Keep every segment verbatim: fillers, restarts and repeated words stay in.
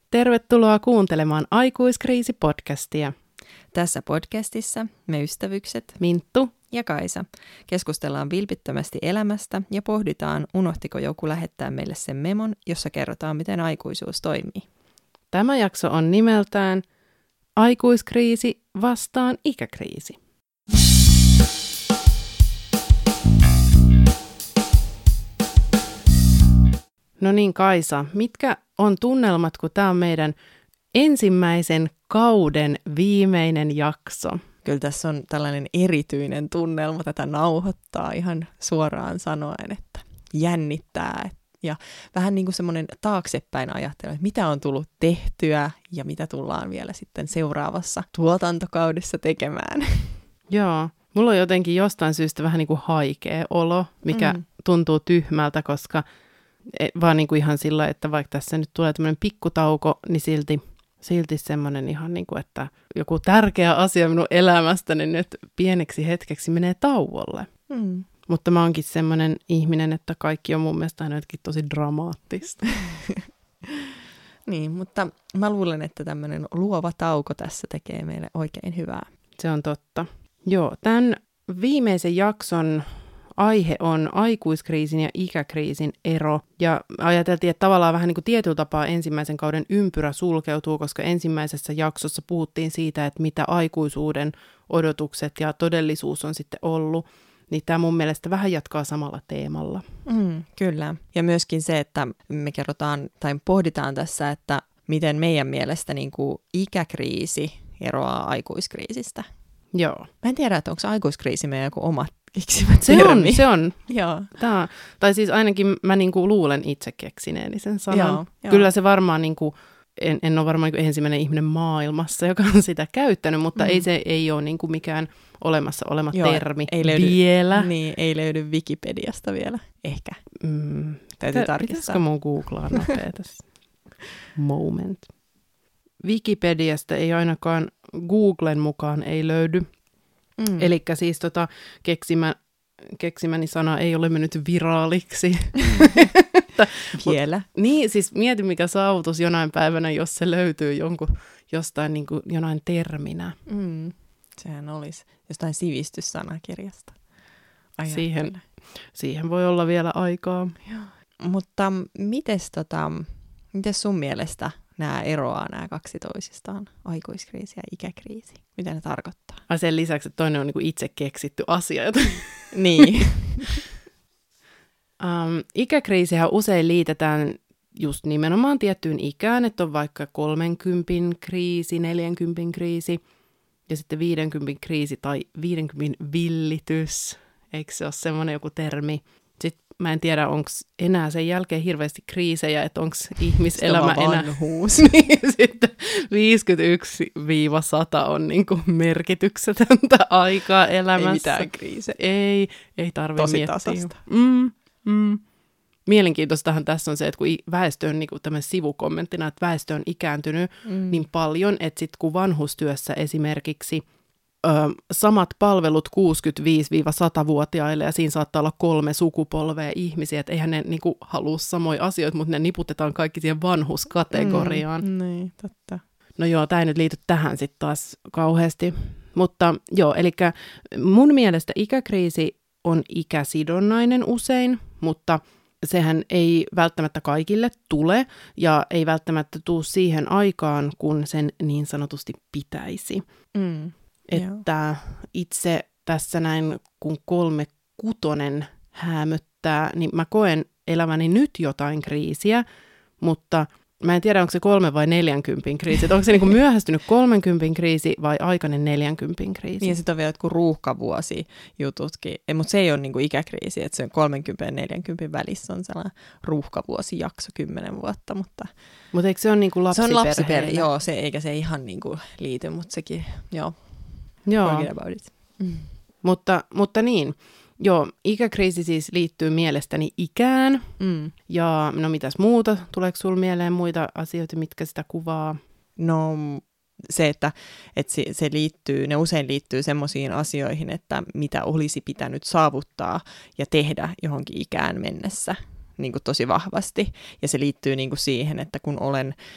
Tervetuloa kuuntelemaan Aikuiskriisi-podcastia. Tässä podcastissa me ystävykset, Minttu ja Kaisa, keskustellaan vilpittömästi elämästä ja pohditaan, unohtiko joku lähettää meille sen memon, jossa kerrotaan, miten aikuisuus toimii. Tämä jakso on nimeltään Aikuiskriisi vastaan ikäkriisi. No niin, Kaisa, mitkä on tunnelmat, kun tämä on meidän ensimmäisen kauden viimeinen jakso? Kyllä tässä on tällainen erityinen tunnelma, tätä nauhoittaa ihan suoraan sanoen, että jännittää ja vähän niin kuin semmoinen taaksepäin ajattelu, että mitä on tullut tehtyä ja mitä tullaan vielä sitten seuraavassa tuotantokaudessa tekemään. Joo, mulla on jotenkin jostain syystä vähän niin kuin haikea olo, mikä mm. tuntuu tyhmältä, koska vaan niin kuin ihan sillä, että vaikka tässä nyt tulee tämmöinen pikkutauko, niin silti, silti semmoinen ihan niin kuin, että joku tärkeä asia minun elämästäni nyt pieneksi hetkeksi menee tauolle. Mm. Mutta mä oonkin semmoinen ihminen, että kaikki on mun mielestä aina jotenkin tosi dramaattista. Niin, mutta mä luulen, että tämmöinen luova tauko tässä tekee meille oikein hyvää. Se on totta. Joo, tämän viimeisen jakson aihe on aikuiskriisin ja ikäkriisin ero. Ja ajateltiin, että tavallaan vähän niin kuin tietyllä tapaa ensimmäisen kauden ympyrä sulkeutuu, koska ensimmäisessä jaksossa puhuttiin siitä, että mitä aikuisuuden odotukset ja todellisuus on sitten ollut. Niin tämä mun mielestä vähän jatkaa samalla teemalla. Mm, kyllä. Ja myöskin se, että me kerrotaan tai pohditaan tässä, että miten meidän mielestä niin kuin ikäkriisi eroaa aikuiskriisistä. Joo. Mä en tiedä, että onko aikuiskriisi meidän joku oma keksimä se termi. On, se on. Joo. Tää, tai siis ainakin mä niinku luulen itse keksineeni sen sanan. Joo, joo. Kyllä se varmaan, niinku, en, en ole varmaan niinku ensimmäinen ihminen maailmassa, joka on sitä käyttänyt, mutta mm. ei se ei ole niinku mikään olemassa oleva Joo, termi ei löydy, vielä. Niin, ei löydy Wikipediasta vielä, ehkä. Mm. Täytyy tarkistaa. Pitäisikö mun googlaa nopea tässä? Moment. Wikipediasta ei ainakaan Googlen mukaan ei löydy. Mm. Elikkä siis tota, keksimä, keksimäni sana ei ole mennyt viraaliksi. Vielä. Niin, siis mieti mikä saavutus jonain päivänä, jos se löytyy jonkun, jostain niin kuin, jonain terminä. Mm. Sehän olisi jostain sivistyssanakirjasta. Siihen, siihen voi olla vielä aikaa. Joo. Mutta mites, tota, mites sun mielestä nämä eroaa nämä kaksi toisistaan, aikuiskriisi ja ikäkriisi? Mitä ne tarkoittaa? Ai sen lisäksi, että toinen on niin kuin itse keksitty asia. Niin. um, ikäkriisihän usein liitetään just nimenomaan tiettyyn ikään, että on vaikka kolmenkympin kriisi, neljänkympin kriisi ja sitten viidenkympin kriisi tai viidenkympin villitys. Eikö se ole semmoinen joku termi? Sitten mä en tiedä, onko enää sen jälkeen hirveästi kriisejä, että onko ihmiselämä enää... niin, sitten viisikymmentäyksi sata on niinku merkityksetöntä aikaa elämässä. Ei mitään kriisejä. Ei, ei tarvitse Tosi miettiä. tasasta. Mm, mm. Mielenkiintoistahan tässä on se, että kun väestö on niinku tämmöinen sivukommenttina, että väestö on ikääntynyt mm. niin paljon, että sitten kun vanhustyössä esimerkiksi Ö, samat palvelut kuusikymmentäviisi-sata-vuotiaille ja siinä saattaa olla kolme sukupolvea ihmisiä, että eihän ne niinku halua samoja asioita, mutta ne niputetaan kaikki siihen vanhuskategoriaan. Mm, niin, totta. No joo, tämä ei nyt liity tähän sitten taas kauheasti, mutta joo, eli mun mielestä ikäkriisi on ikäsidonnainen usein, mutta sehän ei välttämättä kaikille tule ja ei välttämättä tule siihen aikaan, kun sen niin sanotusti pitäisi. Mm. Että itse tässä näin, kun kolme kutonen häämöttää, niin mä koen elämäni nyt jotain kriisiä, mutta mä en tiedä, onko se kolme vai neljänkympin kriisi. Että onko se niin kuin myöhästynyt kolmenkympin kriisi vai aikainen neljänkympin kriisi? Niin ja sitten on vielä jotkut ruuhkavuosi jututkin, mutta se ei ole niin kuin ikäkriisi, että se on kolmekymmentä ja neljänkymmenen välissä on sellainen ruuhkavuosi jakso kymmenen vuotta. Mutta Mut eikö se ole niin kuin lapsiperheille? Se on lapsiperhe, joo, se, eikä se ihan niin kuin liity, mutta sekin, joo. Joo, mm. mutta, mutta niin, joo, ikäkriisi siis liittyy mielestäni ikään, mm. ja no mitäs muuta, tuleeko sinulle mieleen muita asioita, mitkä sitä kuvaa? No se, että, että se, se liittyy, ne usein liittyy semmoisiin asioihin, että mitä olisi pitänyt saavuttaa ja tehdä johonkin ikään mennessä niin kuin tosi vahvasti, ja se liittyy niin kuin siihen, että kun olen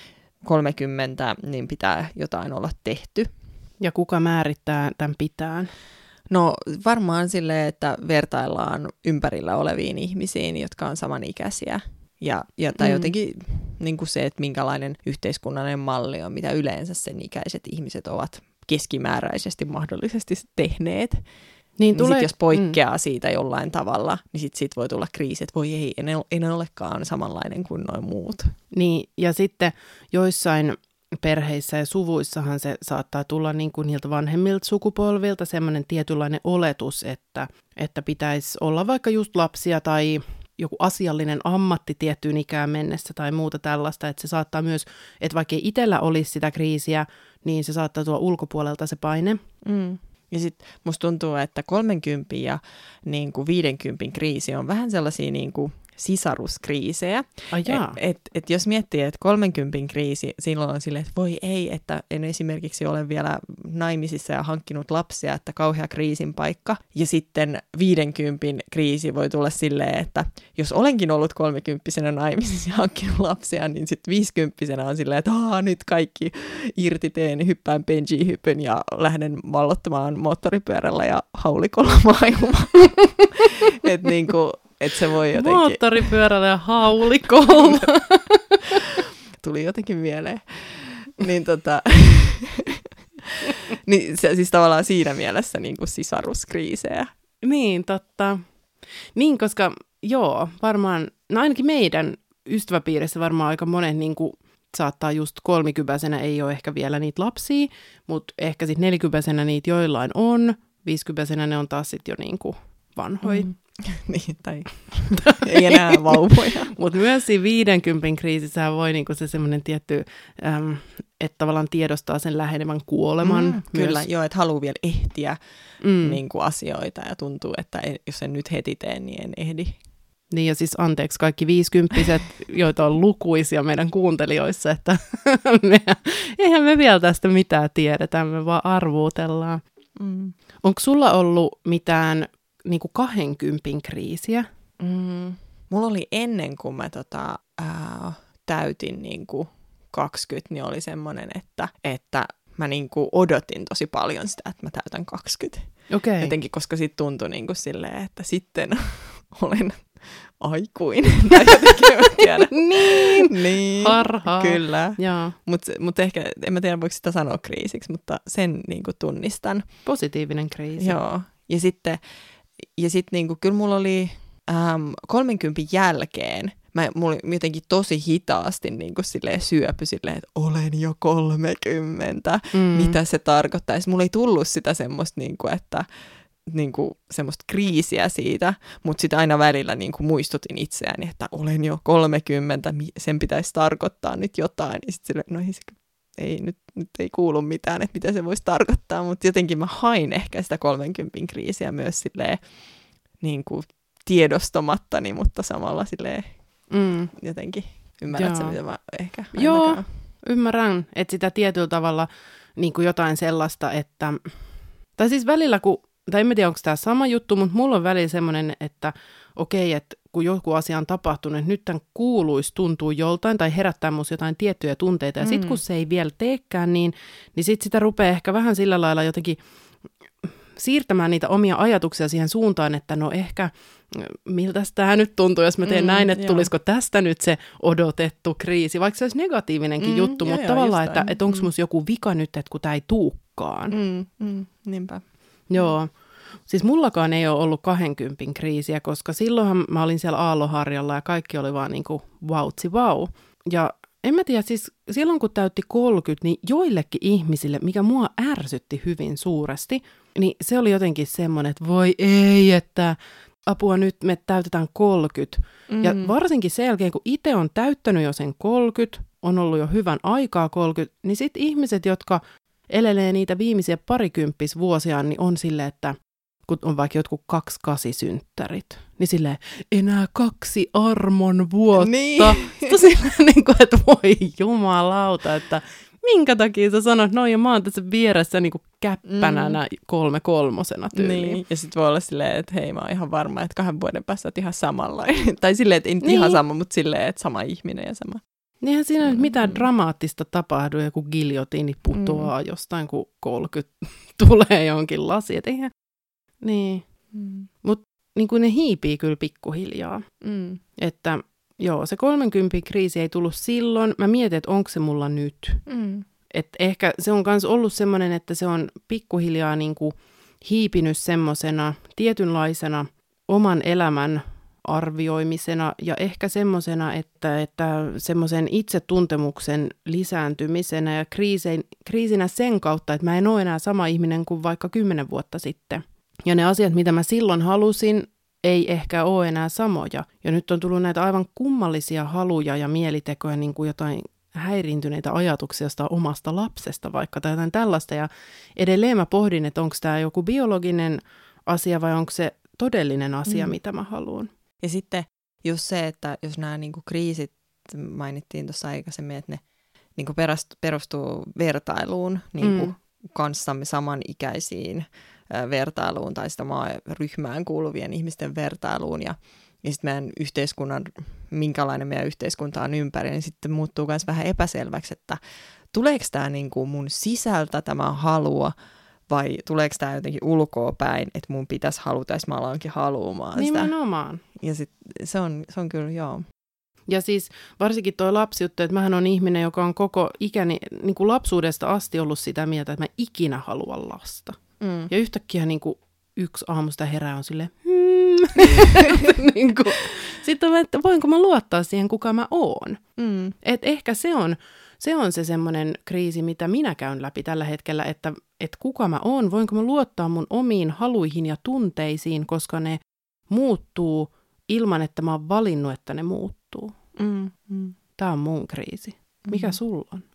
kolmekymmentä, niin pitää jotain olla tehty. Ja kuka määrittää tämän pitään? No varmaan silleen, että vertaillaan ympärillä oleviin ihmisiin, jotka on samanikäisiä. Ja, ja tai mm. jotenkin niin kuin se, että minkälainen yhteiskunnallinen malli on, mitä yleensä sen ikäiset ihmiset ovat keskimääräisesti mahdollisesti tehneet. Niin, niin tulee, sit, jos poikkeaa mm. siitä jollain tavalla, niin sitten sit voi tulla kriisi, että voi ei, en, en olekaan samanlainen kuin noin muut. Niin, ja sitten joissain perheissä ja suvuissahan se saattaa tulla niin kuin niiltä vanhemmilta sukupolvilta semmoinen tietynlainen oletus, että, että pitäisi olla vaikka just lapsia tai joku asiallinen ammatti tiettyyn ikään mennessä tai muuta tällaista, että se saattaa myös, että vaikka ei itsellä olisi sitä kriisiä, niin se saattaa tulla ulkopuolelta se paine. Mm. Ja sitten musta tuntuu, että kolmenkympin ja niin kuin viidenkympin kriisi on vähän sellaisia niin kuin sisaruskriisejä. Oh, et, et, et jos miettii, että kolmenkympin kriisi, silloin on silleen, että voi ei, että en esimerkiksi ole vielä naimisissa ja hankkinut lapsia, että kauhea kriisin paikka. Ja sitten viidenkympin kriisi voi tulla silleen, että jos olenkin ollut kolmekymppisenä naimisissa ja hankkinut lapsia, niin sitten viisikymppisenä on silleen, että Aa, nyt kaikki irti teen, hyppään bungee-hypyn ja lähden vallottamaan moottoripyörällä ja haulikolla maailmaa. Että niinku että se voi jotenkin... Moottoripyörällä ja haulikolla. Tuli jotenkin mieleen. Niin tota... niin se, siis tavallaan siinä mielessä niin kuin sisaruskriisejä. Niin, totta. Niin, koska joo, varmaan, no ainakin meidän ystäväpiirissä varmaan aika monet niin kuin saattaa just kolmikymppisenä ei ole ehkä vielä niitä lapsia, mutta ehkä sitten nelikymppisenä niitä joillain on, viisikymppisenä ne on taas sitten jo niin kuin vanhoja. Mm. niin, tai ei enää vauvoja. Mutta myös siinä viidenkympin kriisissä voi niinku se semmoinen tietty, äm, että tavallaan tiedostaa sen lähenevän kuoleman. Mm, kyllä, joo, että haluaa vielä ehtiä mm. niinku asioita ja tuntuu, että jos en nyt heti tee, niin en ehdi. Niin ja siis anteeksi kaikki viisikymppiset, joita on lukuisia meidän kuuntelijoissa, että me, eihän me vielä tästä mitään tiedetä, me vaan arvuutellaan. Mm. Onko sulla ollut mitään niinku kahdenkympin kriisiä? Mm. Mulla oli ennen kuin mä tota, ää, täytin niinku kaksikymmentä, niin oli semmoinen, että, että mä niinku odotin tosi paljon sitä, että mä täytän kaksikymmentä. Okay. Jotenkin, koska sit tuntui niinku silleen, että sitten olen aikuinen. Tai jotenkin, mä tiedän. niin, niin, harhaa. Kyllä. Mutta mut ehkä, en mä tiedä voiko sitä sanoa kriisiksi, mutta sen niinku tunnistan. Positiivinen kriisi. Joo, ja sitten Ja sitten niinku, kyllä mulla oli äm, kolmenkympin jälkeen, mä, mulla jotenkin tosi hitaasti niinku, silleen, syöpy silleen, että olen jo kolmekymmentä, mm. mitä se tarkoittaisi. Mulla ei tullut sitä semmoista, niinku, että, niinku, semmoista kriisiä siitä, mutta sitten aina välillä niinku, muistutin itseäni, että olen jo kolmekymmentä, sen pitäisi tarkoittaa nyt jotain. Ja sitten silleen, no ei se Ei, nyt, nyt ei kuulu mitään, että mitä se voisi tarkoittaa, mutta jotenkin mä hain ehkä sitä kolmenkympin kriisiä myös silleen niin kuin tiedostamattani, mutta samalla silleen mm. jotenkin ymmärrätkö, mitä mä ehkä Joo, ainakaan. Ymmärrän, että sitä tietyllä tavalla niin kuin jotain sellaista, että, tai siis välillä, kun, tai en tiedä, onko tämä sama juttu, mutta mulla on välillä semmoinen, että okei, että kun joku asia on tapahtunut, että nyt tämän kuuluisi tuntuu joltain tai herättää musta jotain tiettyjä tunteita. Ja sitten kun se ei vielä teekään, niin, niin sitten sitä rupeaa ehkä vähän sillä lailla jotenkin siirtämään niitä omia ajatuksia siihen suuntaan, että no ehkä miltä tämä nyt tuntuu, jos mä teen mm, näin, että joo. tulisiko tästä nyt se odotettu kriisi, vaikka se olisi negatiivinenkin mm, juttu, joo, mutta joo, tavallaan, että, että onko mm. musta joku vika nyt, että kun tämä ei tuukaan. Mm, mm, niinpä. Joo. Siis mullakaan ei ole ollut kahdenkympin kriisiä, koska silloinhan mä olin siellä Aaloharjalla ja kaikki oli vaan niin kuin vautsi vau. Ja en mä tiedä, siis silloin kun täytti kolmekymmentä, niin joillekin ihmisille, mikä mua ärsytti hyvin suuresti, niin se oli jotenkin semmoinen, että voi ei, että apua nyt me täytetään kolmekymmentä. Mm. Ja varsinkin sen jälkeen, kun itse on täyttänyt jo sen kolmekymmentä, on ollut jo hyvän aikaa kolmekymmentä, niin sitten ihmiset, jotka elelee niitä viimeisiä parikymppis vuosiaan, niin on silleen, että kun on vaikka jotkut kaksi kasisynttärit, niin silleen, enää kaksi armon vuotta. Niin. Sitten silleen, niin kuin, että voi jumalauta, että minkä takia sä sanot noin, ja mä oon tässä vieressä niin kuin käppänänä mm. kolme kolmosena tyyliin. Niin. Ja sitten voi olla silleen, että hei, mä oon ihan varma, että kahden vuoden päästä oot ihan samanlainen. Tai silleen, että ei nyt niin. ihan sama, mutta silleen, että sama ihminen ja sama. Niinhän siinä nyt mitään mm. dramaattista tapahdu, joku giljotiini putoaa mm. jostain, kun kolmekymmentä tulee jonkin lasi. Et eihän... Niin. Mm. Mutta niin ne hiipii kyllä pikkuhiljaa. Mm. Että joo, se kolmenkympin kriisi ei tullut silloin. Mä mietin, että onko se mulla nyt. Mm. Että ehkä se on myös ollut semmoinen, että se on pikkuhiljaa niin kuin hiipinyt semmoisena tietynlaisena oman elämän arvioimisena ja ehkä semmoisena, että, että semmoisen itsetuntemuksen lisääntymisenä ja kriisin, kriisinä sen kautta, että mä en ole enää sama ihminen kuin vaikka kymmenen vuotta sitten. Ja ne asiat, mitä mä silloin halusin, ei ehkä ole enää samoja. Ja nyt on tullut näitä aivan kummallisia haluja ja mielitekoja, niin kuin jotain häiriintyneitä ajatuksia omasta lapsesta vaikka tai jotain tällaista. Ja edelleen mä pohdin, että onko tämä joku biologinen asia vai onko se todellinen asia, mm. mitä mä haluan. Ja sitten just se, että jos nämä niinku kriisit, mainittiin tuossa aikaisemmin, että ne niinku perustuu vertailuun niinku mm. kanssamme samanikäisiin ä, vertailuun tai sitä ryhmään kuuluvien ihmisten vertailuun ja, ja sitten meidän yhteiskunnan, minkälainen meidän yhteiskunta on ympäri, niin sitten muuttuu myös vähän epäselväksi, että tuleeko tämä niinku mun sisältä tämä halua, vai tuleeko tämä jotenkin ulkoa päin, että mun pitäisi haluta, jos mä alankin haluamaan sitä. Nimenomaan. Ja sit se on, se on kyllä, joo. Ja siis varsinkin toi lapsijuttu, että mähän on ihminen, joka on koko ikäni niin kuin lapsuudesta asti ollut sitä mieltä, että mä ikinä haluan lasta. Mm. Ja yhtäkkiä niin kuin yksi aamusta herää on silleen, hmm. niin kuin, sitten on, että voinko mä luottaa siihen, kuka mä oon. Mm. Et ehkä se on, se on se semmoinen kriisi, mitä minä käyn läpi tällä hetkellä, että, että kuka mä oon, voinko mä luottaa mun omiin haluihin ja tunteisiin, koska ne muuttuu ilman, että mä oon valinnut, että ne muuttuu. Mm. Mm. Tää on mun kriisi. Mikä mm. sulla on?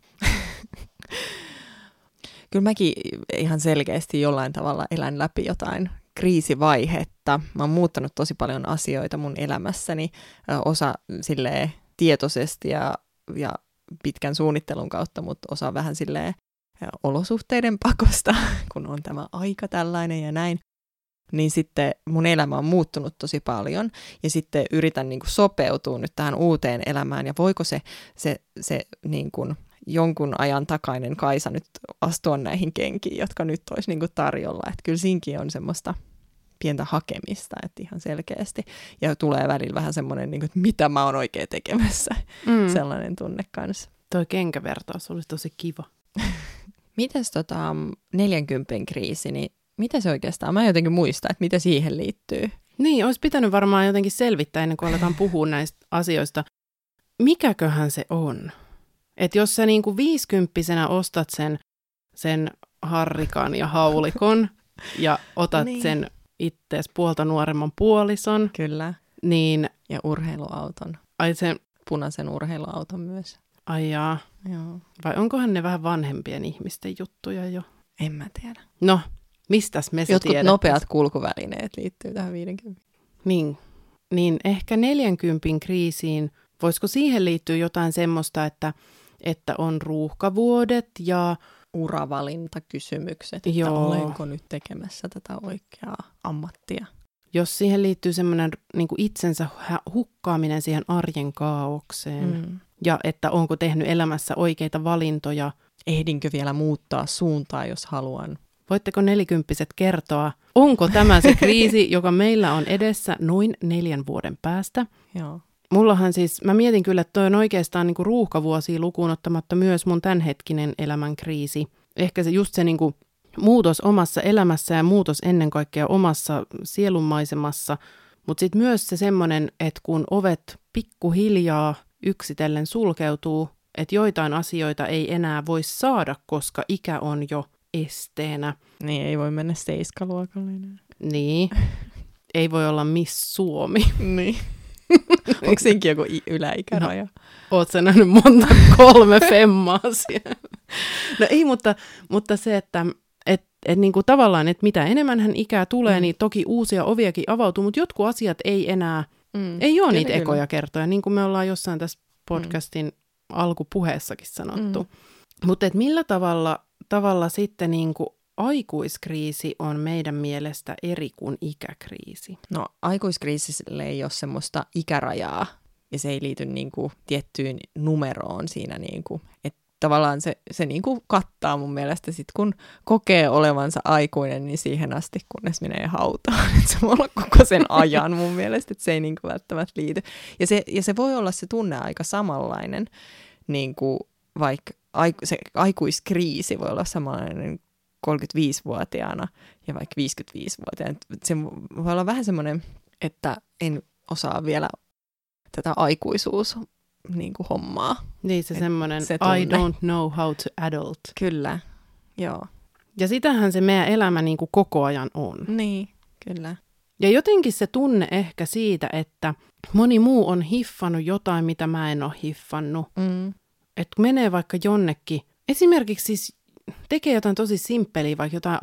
Kyllä mäkin ihan selkeästi jollain tavalla elän läpi jotain kriisivaihetta. Mä oon muuttanut tosi paljon asioita mun elämässäni, osa silleen tietoisesti ja, ja pitkän suunnittelun kautta, mutta osa vähän silleen olosuhteiden pakosta, kun on tämä aika tällainen ja näin. Niin sitten mun elämä on muuttunut tosi paljon ja sitten yritän niin kuin sopeutua nyt tähän uuteen elämään ja voiko se, se, se niin kuin jonkun ajan takainen Kaisa nyt astua näihin kenkiin, jotka nyt olisi niin kuin tarjolla. Että kyllä siinkin on semmoista pientä hakemista, että ihan selkeästi. Ja tulee välillä vähän semmoinen, niin kuin, että mitä mä oon oikein tekemässä, mm. sellainen tunne kanssa. Toi kenkävertaus olisi tosi kiva. Mites tota neljänkympin kriisi, niin mitä se oikeastaan? Mä en jotenkin muista, että mitä siihen liittyy. Niin, olisi pitänyt varmaan jotenkin selvittää ennen kuin aletaan puhua näistä asioista. Mikäköhän se on? Että jos sä niin kuin viisikymppisenä ostat sen, sen harrikan ja haulikon ja otat niin. sen ittees puolta nuoremman puolison. Kyllä. Niin, ja urheiluauton. Ai sen, punaisen urheiluauton myös. Ai jaa. Joo. Vai onkohan ne vähän vanhempien ihmisten juttuja jo? En mä tiedä. No, mistäs me se Jotkut tiedetään? nopeat kulkuvälineet liittyy tähän viidenkymmenen. Niin. Niin ehkä neljänkympin kriisiin, voisiko siihen liittyä jotain semmoista, että, että on ruuhkavuodet ja uravalintakysymykset, että Joo. olenko nyt tekemässä tätä oikeaa ammattia. Jos siihen liittyy semmoinen niin kuin itsensä hukkaaminen siihen arjen kaaukseen mm. ja että onko tehnyt elämässä oikeita valintoja. Ehdinkö vielä muuttaa suuntaa, jos haluan? Voitteko nelikymppiset kertoa, onko tämä se kriisi, joka meillä on edessä noin neljän vuoden päästä? Joo. Mullahan siis, mä mietin kyllä, että toi on oikeastaan niinku ruuhkavuosia lukuun ottamatta myös mun tämänhetkinen elämän kriisi. Ehkä se just se niinku muutos omassa elämässä ja muutos ennen kaikkea omassa sielunmaisemassa, mutta sitten myös se semmoinen, että kun ovet pikkuhiljaa yksitellen sulkeutuu, että joitain asioita ei enää voi saada, koska ikä on jo esteenä. Niin, ei voi mennä seiskaluokalle. Niin, ei voi olla Miss Suomi. Niin. Onko siinkin joku yläikäraja? No, oot sä nähnyt monta kolme femmaa siellä? No ei, mutta, mutta se, että et, et niinku tavallaan, että mitä enemmän hän ikää tulee, mm. niin toki uusia oviakin avautuu, mutta jotkut asiat ei enää, mm. ei ole niitä ekoja kertoja, niin kuin me ollaan jossain tässä podcastin mm. alkupuheessakin sanottu. Mm. Mutta et millä tavalla, tavalla sitten niinku aikuiskriisi on meidän mielestä eri kuin ikäkriisi? No aikuiskriisille ei ole semmoista ikärajaa ja se ei liity niin kuin tiettyyn numeroon siinä, niin kuin, että tavallaan se, se niin kuin kattaa mun mielestä sit, kun kokee olevansa aikuinen, niin siihen asti, kunnes menee hautaan. Että se voi olla koko sen ajan mun mielestä, että se ei niin kuin välttämättä liity. Ja se, ja se voi olla se tunne aika samanlainen, niin kuin vaikka aiku, se aikuiskriisi voi olla samanlainen kolmekymmentäviisivuotiaana ja vaikka viisikymmentäviisivuotiaana. Se voi olla vähän semmoinen, että en osaa vielä tätä aikuisuus niin kuin hommaa. Niin se semmoinen se I don't know how to adult. Kyllä, joo. Ja sitähän se meidän elämä niin kuin koko ajan on. Niin, kyllä. Ja jotenkin se tunne ehkä siitä, että moni muu on hiffannut jotain, mitä mä en ole hiffannut. Mm. Että menee vaikka jonnekin, esimerkiksi siis tekee jotain tosi simppeliä, vaikka jotain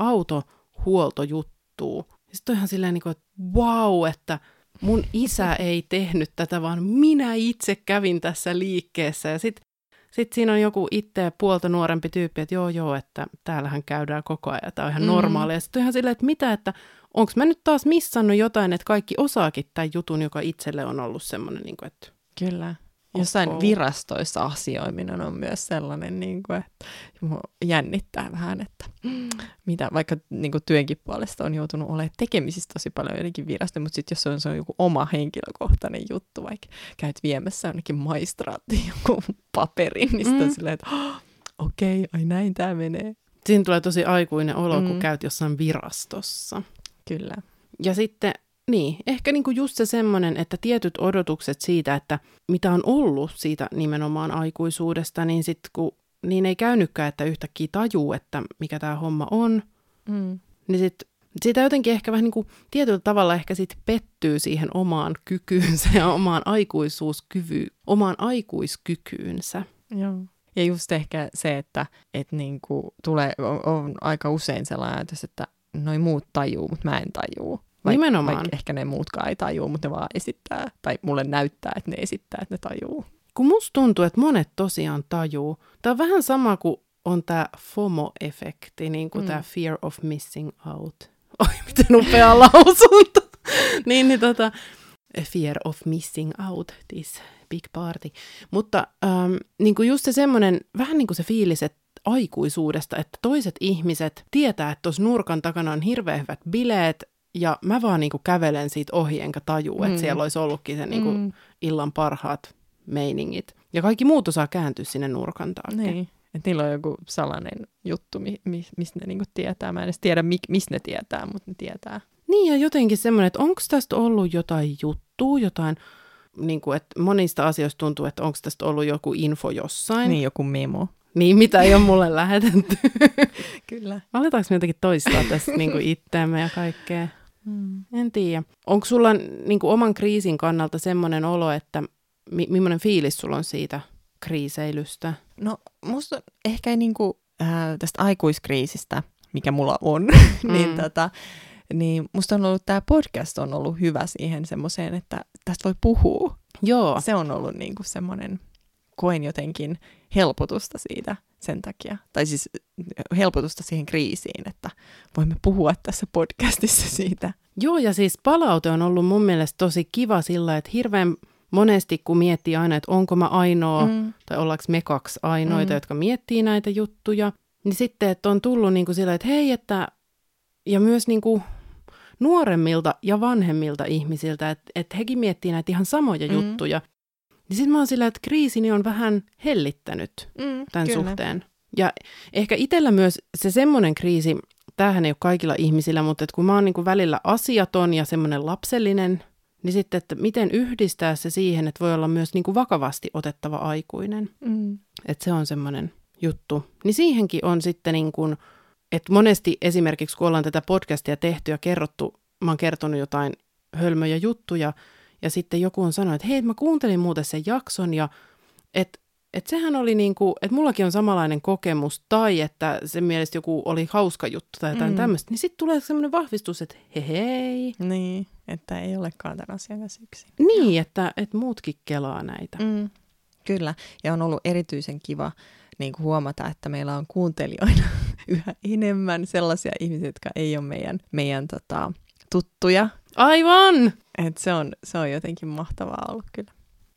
autohuoltojuttua. Sitten on ihan silleen, niin kuin, että wow, että mun isä ei tehnyt tätä, vaan minä itse kävin tässä liikkeessä. Ja sitten sit siinä on joku itse puolta nuorempi tyyppi, että joo joo, että täällähän käydään koko ajan, tämä on ihan mm. normaalia. Ja sitten on ihan silleen, että mitä, että onko mä nyt taas missannut jotain, että kaikki osaakin tämän jutun, joka itselle on ollut semmoinen, niin kuin, että kyllä. Jossain okay. virastoissa asioiminen on myös sellainen, niin kuin, että jännittää vähän, että mitä, vaikka niin kuin työnkin puolesta on joutunut olemaan tekemisissä tosi paljon jotenkin virastoja, mutta sitten jos se on, se on joku oma henkilökohtainen juttu, vaikka käyt viemässä jonnekin maistraattiin joku paperin, niin sitten mm. on silleen, että oh, okei, okay, ai näin tämä menee. Siinä tulee tosi aikuinen olo, mm. kun käyt jossain virastossa. Kyllä. Ja sitten niin, ehkä niinku just se semmoinen, että tietyt odotukset siitä, että mitä on ollut siitä nimenomaan aikuisuudesta, niin sitten kun niin ei käynytkään, että yhtäkkiä tajuu, että mikä tämä homma on, mm. niin sitten siitä jotenkin ehkä vähän niin kuin tietyllä tavalla ehkä sitten pettyy siihen omaan kykyynsä ja omaan aikuisuuskyvyyn, omaan aikuiskykyynsä. Joo. Ja just ehkä se, että et niinku tulee, on, on aika usein sellainen ajatus, että noi muut tajuu, mutta mä en tajuu. Vaik, Nimenomaan. Vaikka ehkä ne muutkaan ei tajuu, mutta ne vaan esittää, tai mulle näyttää, että ne esittää, että ne tajuu. Kun musta tuntuu, että monet tosiaan tajuu. Tämä on vähän sama kuin on tämä FOMO-efekti, niin kuin mm. tämä fear of missing out. Oi, miten upea lausunto. niin, niin tota, fear of missing out, this big party. Mutta ähm, niin kuin just se semmoinen, vähän niin kuin se fiilis, että aikuisuudesta, että toiset ihmiset tietää, että tuossa nurkan takana on hirveän hyvät bileet, ja mä vaan niinku kävelen siitä ohi, enkä tajuu, että mm. siellä olisi ollutkin se niinku mm. illan parhaat meiningit. Ja kaikki muut osaa kääntyä sinne nurkan taakse. Niin, että niillä on joku salainen juttu, mi- mi- mistä ne niinku tietää. Mä en edes tiedä, mi- mistä ne tietää, mutta ne tietää. Niin, ja jotenkin semmoinen, että onko tästä ollut jotain juttua, jotain, niinku, että monista asioista tuntuu, että onko tästä ollut joku info jossain. Niin, joku memo. Niin, mitä ei ole mulle lähetetty. Kyllä. Aletaanko me jotenkin toistaa tästä niinku itteemme ja kaikkea? Mm. En tiedä. Onko sulla niin kuin oman kriisin kannalta semmoinen olo, että mi- millainen fiilis sulla on siitä kriiseilystä? No musta ehkä niin kuin, äh, tästä aikuiskriisistä, mikä mulla on, mm. niin, tota, niin musta on ollut tämä podcast on ollut hyvä siihen semmoiseen, että tästä voi puhua. Joo. Se on ollut niin kuin semmoinen, koen jotenkin helpotusta siitä sen takia. Tai siis helpotusta siihen kriisiin, että voimme puhua tässä podcastissa siitä. Joo, ja siis palaute on ollut mun mielestä tosi kiva sillä, että hirveän monesti kun miettii aina, että onko mä ainoa, mm. tai ollaanko me kaksi ainoita, mm. jotka miettii näitä juttuja, niin sitten, että on tullut niin kuin sillä, että hei, että, ja myös niin kuin nuoremmilta ja vanhemmilta ihmisiltä, että, että hekin miettii näitä ihan samoja mm. juttuja. Niin sitten mä oon sillä, että kriisini on vähän hellittänyt mm, tämän kyllä. suhteen. Ja ehkä itsellä myös se semmoinen kriisi, tämähän ei ole kaikilla ihmisillä, mutta että kun mä oon niin kuin välillä asiaton ja semmoinen lapsellinen, niin sitten, että miten yhdistää se siihen, että voi olla myös niin kuin vakavasti otettava aikuinen. Mm. Että se on semmoinen juttu. Niin siihenkin on sitten niin kuin, että monesti esimerkiksi kun ollaan tätä podcastia tehty ja kerrottu, mä oon kertonut jotain hölmöjä juttuja, ja sitten joku on sanonut, että hei, mä kuuntelin muuten sen jakson, ja että et sehän oli niin kuin, että mullakin on samanlainen kokemus, tai että sen mielestä joku oli hauska juttu tai jotain mm. tämmöistä, niin sitten tulee semmoinen vahvistus, että hei hei. Niin, että ei olekaan tämän asian kanssa yksin. Niin, että, että muutkin kelaa näitä. Mm. Kyllä, ja on ollut erityisen kiva niin kuin huomata, että meillä on kuuntelijoina yhä enemmän sellaisia ihmisiä, jotka ei ole meidän, meidän tota, tuttuja. Aivan! Et se, on, se on jotenkin mahtavaa ollut kyllä.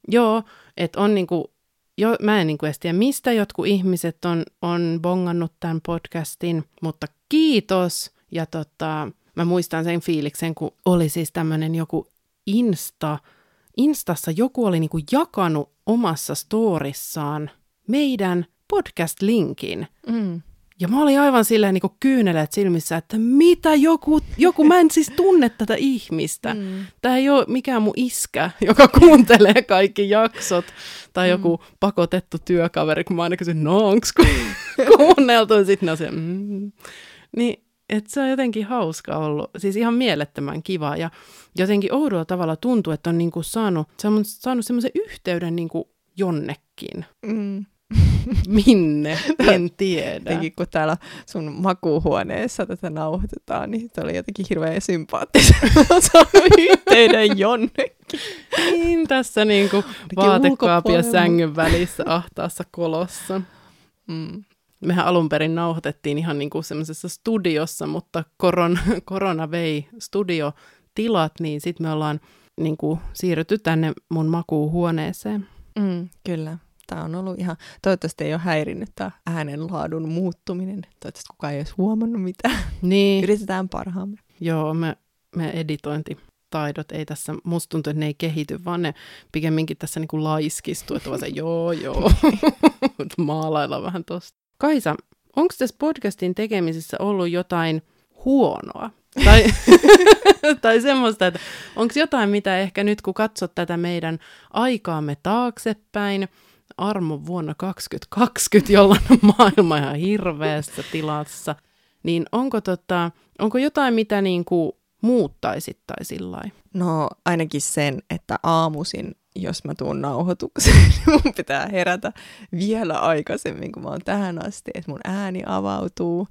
Joo, että on niinku, jo, mä en niinku edes tiedä, mistä jotkut ihmiset on, on bongannut tämän podcastin, mutta kiitos. Ja tota, mä muistan sen fiiliksen, kun oli siis tämmöinen joku Insta, Instassa joku oli niinku jakanut omassa storissaan meidän podcast-linkin. Mm. Ja mä olin aivan silleen niin kuin kyyneleet silmissä, että mitä joku, joku, mä en siis tunne tätä ihmistä. Mm. Tämä ei ole mikään mun iskä, joka kuuntelee kaikki jaksot, tai mm. joku pakotettu työkaveri, kun mä aina kysyn, no onks ku- kuunneltu, ja sitten ne on se, mm. Niin, että se on jotenkin hauska ollut, siis ihan mielettömän kiva, ja jotenkin oudolla tavalla tuntuu, että on niin kuin saanut, saanut semmoisen yhteyden niin kuin jonnekin. Mm. Minne? En tiedä. Jotenkin kun täällä sun makuuhuoneessa tätä nauhoitetaan, niin se oli jotenkin hirveän sympaattista. Olen saanut yhteyden jonnekin. Niin, tässä niinku vaatekaapin ja sängyn välissä ahtaassa kolossa. Mm. Mehän alun perin nauhoitettiin ihan niinku semmoisessa studiossa, mutta korona, korona vei studiotilat, niin sitten me ollaan niinku siirrytty tänne mun makuuhuoneeseen. Mm, kyllä. Tämä on ollut ihan, toivottavasti ei ole häirinnyt tämä äänenlaadun muuttuminen. Toivottavasti kukaan ei olisi huomannut mitään. Niin. Yritetään parhaamme. Joo, me, me editointitaidot ei tässä, musta tuntuu, että ne ei kehity, vaan ne pikemminkin tässä niin kuin laiskistuu, että vaan se joo, joo, maalailla vähän tosta. Kaisa, onko tässä podcastin tekemisessä ollut jotain huonoa? Tai, tai semmoista, että onko jotain, mitä ehkä nyt kun katsot tätä meidän aikaamme taaksepäin, Armo vuonna kaksituhattakaksikymmentä, jolloin on maailma ihan hirveässä tilassa, niin onko, tota, onko jotain, mitä niinku muuttaisit tai sillai? No ainakin sen, että aamuisin, jos mä tuun nauhoitukseen, niin mun pitää herätä vielä aikaisemmin, kun mä oon tähän asti, että mun ääni avautuu.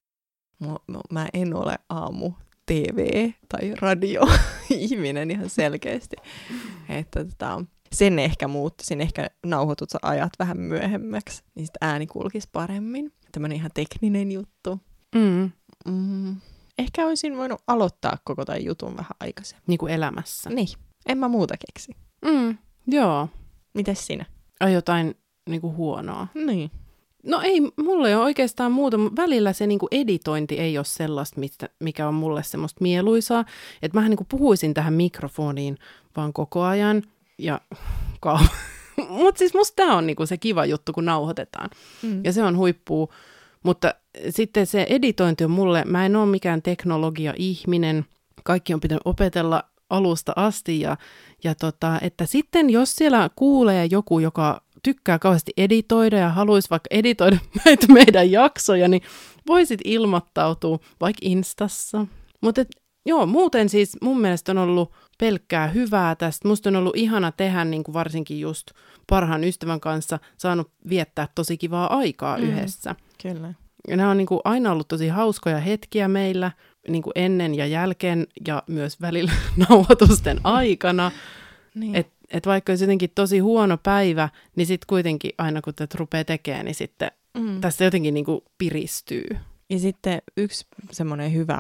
Mä en ole aamu T V- tai radio-ihminen ihan selkeästi. Että tota, sen ehkä muuttaisin, ehkä nauhoitusajat vähän myöhemmäksi, niin sitten ääni kulkisi paremmin. Tämmöinen ihan tekninen juttu. Mm. Mm. Ehkä olisin voinut aloittaa koko tämän jutun vähän aikaisemmin. Niin kuin elämässä. Niin, en mä muuta keksi. Mm. Joo. Mites sinä? Ai jotain niin kuin huonoa. Niin. No ei, mulla ei ole oikeastaan muuta, mutta välillä se niin kuin editointi ei ole sellaista, mikä on mulle semmoista mieluisaa. Että mähän niin kuin puhuisin tähän mikrofoniin vaan koko ajan. Ja kau- mutta siis musta tää on niinku se kiva juttu, kun nauhoitetaan. Mm. Ja se on huippua. Mutta sitten se editointi on mulle, mä en ole mikään teknologia-ihminen. Kaikki on pitänyt opetella alusta asti. Ja, ja tota, että sitten jos siellä kuulee joku, joka tykkää kauheasti editoida ja haluaisi vaikka editoida näitä meidän jaksoja, niin voisit ilmoittautua vaikka Instassa. Mutta joo, muuten siis mun mielestä on ollut pelkkää hyvää tästä. Musta on ollut ihana tehdä, niin kuin varsinkin just parhaan ystävän kanssa, saanut viettää tosi kivaa aikaa mm, yhdessä. Kyllä. Ja nämä on niin kuin aina ollut tosi hauskoja hetkiä meillä, niin kuin ennen ja jälkeen ja myös välillä nauhoitusten aikana. Niin. Että et vaikka olisi jotenkin tosi huono päivä, niin sitten kuitenkin aina kun tätä rupeaa tekemään, niin sitten mm. tästä jotenkin niin kuin piristyy. Ja sitten yksi semmoinen hyvä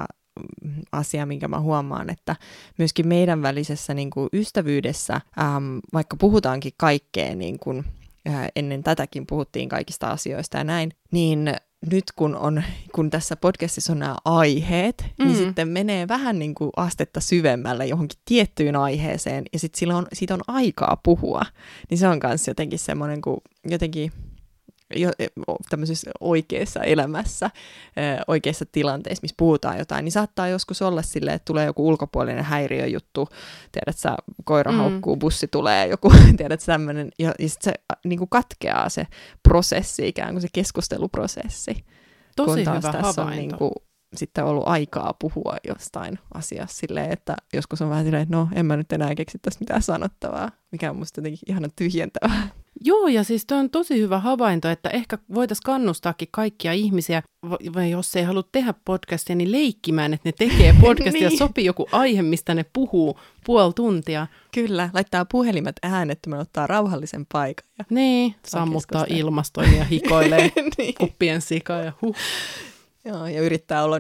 asia, minkä mä huomaan, että myöskin meidän välisessä niin kuin ystävyydessä, äm, vaikka puhutaankin kaikkea, niin kuin, ää, ennen tätäkin puhuttiin kaikista asioista ja näin, niin nyt kun, on, kun tässä podcastissa on nämä aiheet, mm. niin sitten menee vähän niin kuin astetta syvemmälle johonkin tiettyyn aiheeseen, ja sitten sillä on, siitä on aikaa puhua. Niin se on myös jotenkin semmoinen kuin jotenkin jo, tämmöisessä oikeassa elämässä, oikeassa tilanteessa, missä puhutaan jotain, niin saattaa joskus olla silleen, että tulee joku ulkopuolinen häiriöjuttu, tiedät sä, koira mm. haukkuu, bussi tulee, joku, tiedät sä, tämmöinen, ja, ja sitten se niin kuin katkeaa se prosessi, ikään kuin se keskusteluprosessi. Tosi kun taas hyvä tässä havainto. on niin kuin sitten ollut aikaa puhua jostain asiasta silleen, että joskus on vähän silleen, että no, en mä nyt enää keksi tästä mitään sanottavaa, mikä on musta jotenkin ihana tyhjentävää. Joo, ja siis tuo on tosi hyvä havainto, että ehkä voitaisiin kannustaakin kaikkia ihmisiä, vai jos ei halua tehdä podcastia, niin leikkimään, että ne tekee podcastia, niin. Sopii joku aihe, mistä ne puhuu puoli tuntia. Kyllä, laittaa puhelimet äänettömän, ottaa rauhallisen paikan. Ja niin, sammuttaa ilmastoin ja hikoilee niin. Kuppien sikaa ja huh. Joo, ja yrittää olla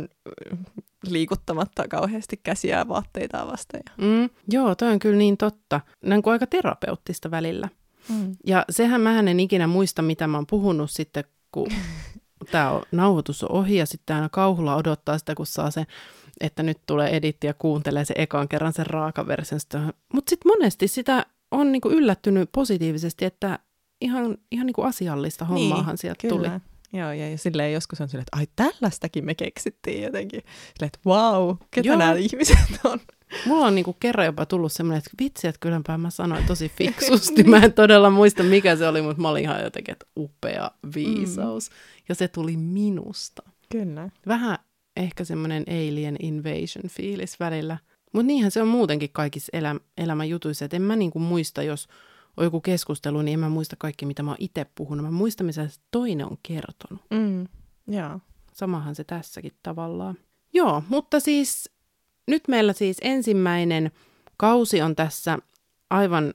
liikuttamatta kauheasti käsiä ja vaatteitaan vastaan. Mm, joo, toi on kyllä niin totta. Näin kuin aika terapeuttista välillä. Mm. Ja sehän mähän en ikinä muista, mitä mä oon puhunut sitten, kun tämä nauhoitus on ohi ja sitten aina kauhulla odottaa sitä, kun saa se, että nyt tulee editti ja kuuntelee se ekan kerran sen raakaversion. Mutta sitten monesti sitä on niinku yllättynyt positiivisesti, että ihan, ihan niinku asiallista hommaahan niin, sieltä kyllä. tuli. Joo, ja, ja silleen joskus on silleen, että ai tällaistakin me keksittiin jotenkin. Silleen, että vau, ketä Joo. nämä ihmiset on? Mulla on niinku kerran jopa tullut semmoinen, että vitsi, että kylläpä mä sanoin tosi fiksusti. Mä en todella muista, mikä se oli, mutta mä olin ihan jotenkin, että upea viisaus. Mm. Ja se tuli minusta. Kyllä. Vähän ehkä semmoinen alien invasion fiilis välillä. Mutta niinhän se on muutenkin kaikissa elä, elämän jutuissa. Et en mä niinku muista, jos on joku keskustelu, niin en mä muista kaikki, mitä mä oon itse puhunut. Mä muistan, mitä toinen on kertonut. Mm. Joo. Samahan se tässäkin tavallaan. Joo, mutta siis nyt meillä siis ensimmäinen kausi on tässä aivan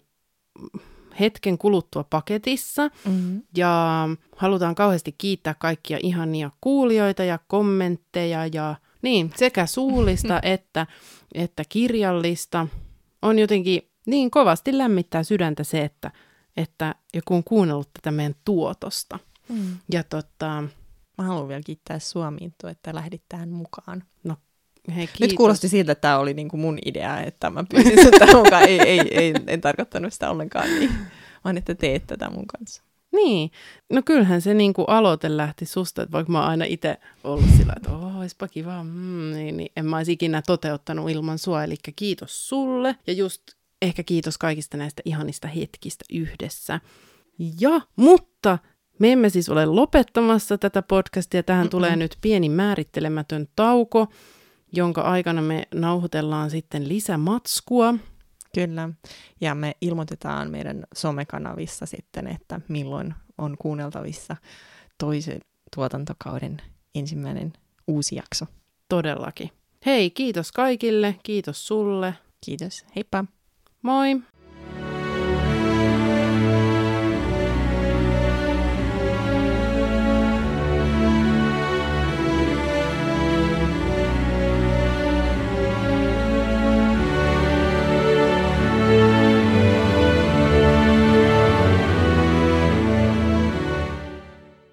hetken kuluttua paketissa. Mm-hmm. Ja halutaan kauheasti kiittää kaikkia ihania kuulijoita ja kommentteja ja niin, sekä suullista että, että kirjallista. On jotenkin niin kovasti lämmittää sydäntä se, että, että joku on kuunnellut tätä meidän tuotosta. Mm. Ja tota... Mä haluan vielä kiittää sua, Minttu, että lähdit tähän mukaan. No, hei, kiitos. Nyt kuulosti siltä, että tämä oli niinku mun idea, että mä pyysin sut tähän mukaan. Ei, ei, ei, en tarkoittanut sitä ollenkaan niin, vaan että teet tätä mun kanssa. Niin, no kyllähän se niinku aloite lähti susta, että vaikka mä oon aina itse ollut sillä, että oh, oispa kiva, mm, niin, niin en mä olisi ikinä toteuttanut ilman sua, eli kiitos sulle ja just ehkä kiitos kaikista näistä ihanista hetkistä yhdessä. Ja, mutta me emme siis ole lopettamassa tätä podcastia, tähän Mm-mm. tulee nyt pieni määrittelemätön tauko, jonka aikana me nauhoitellaan sitten lisämatskua. Kyllä, ja me ilmoitetaan meidän somekanavissa sitten, että milloin on kuunneltavissa toisen tuotantokauden ensimmäinen uusi jakso. Todellakin. Hei, kiitos kaikille, kiitos sulle. Kiitos, heippa! Moi!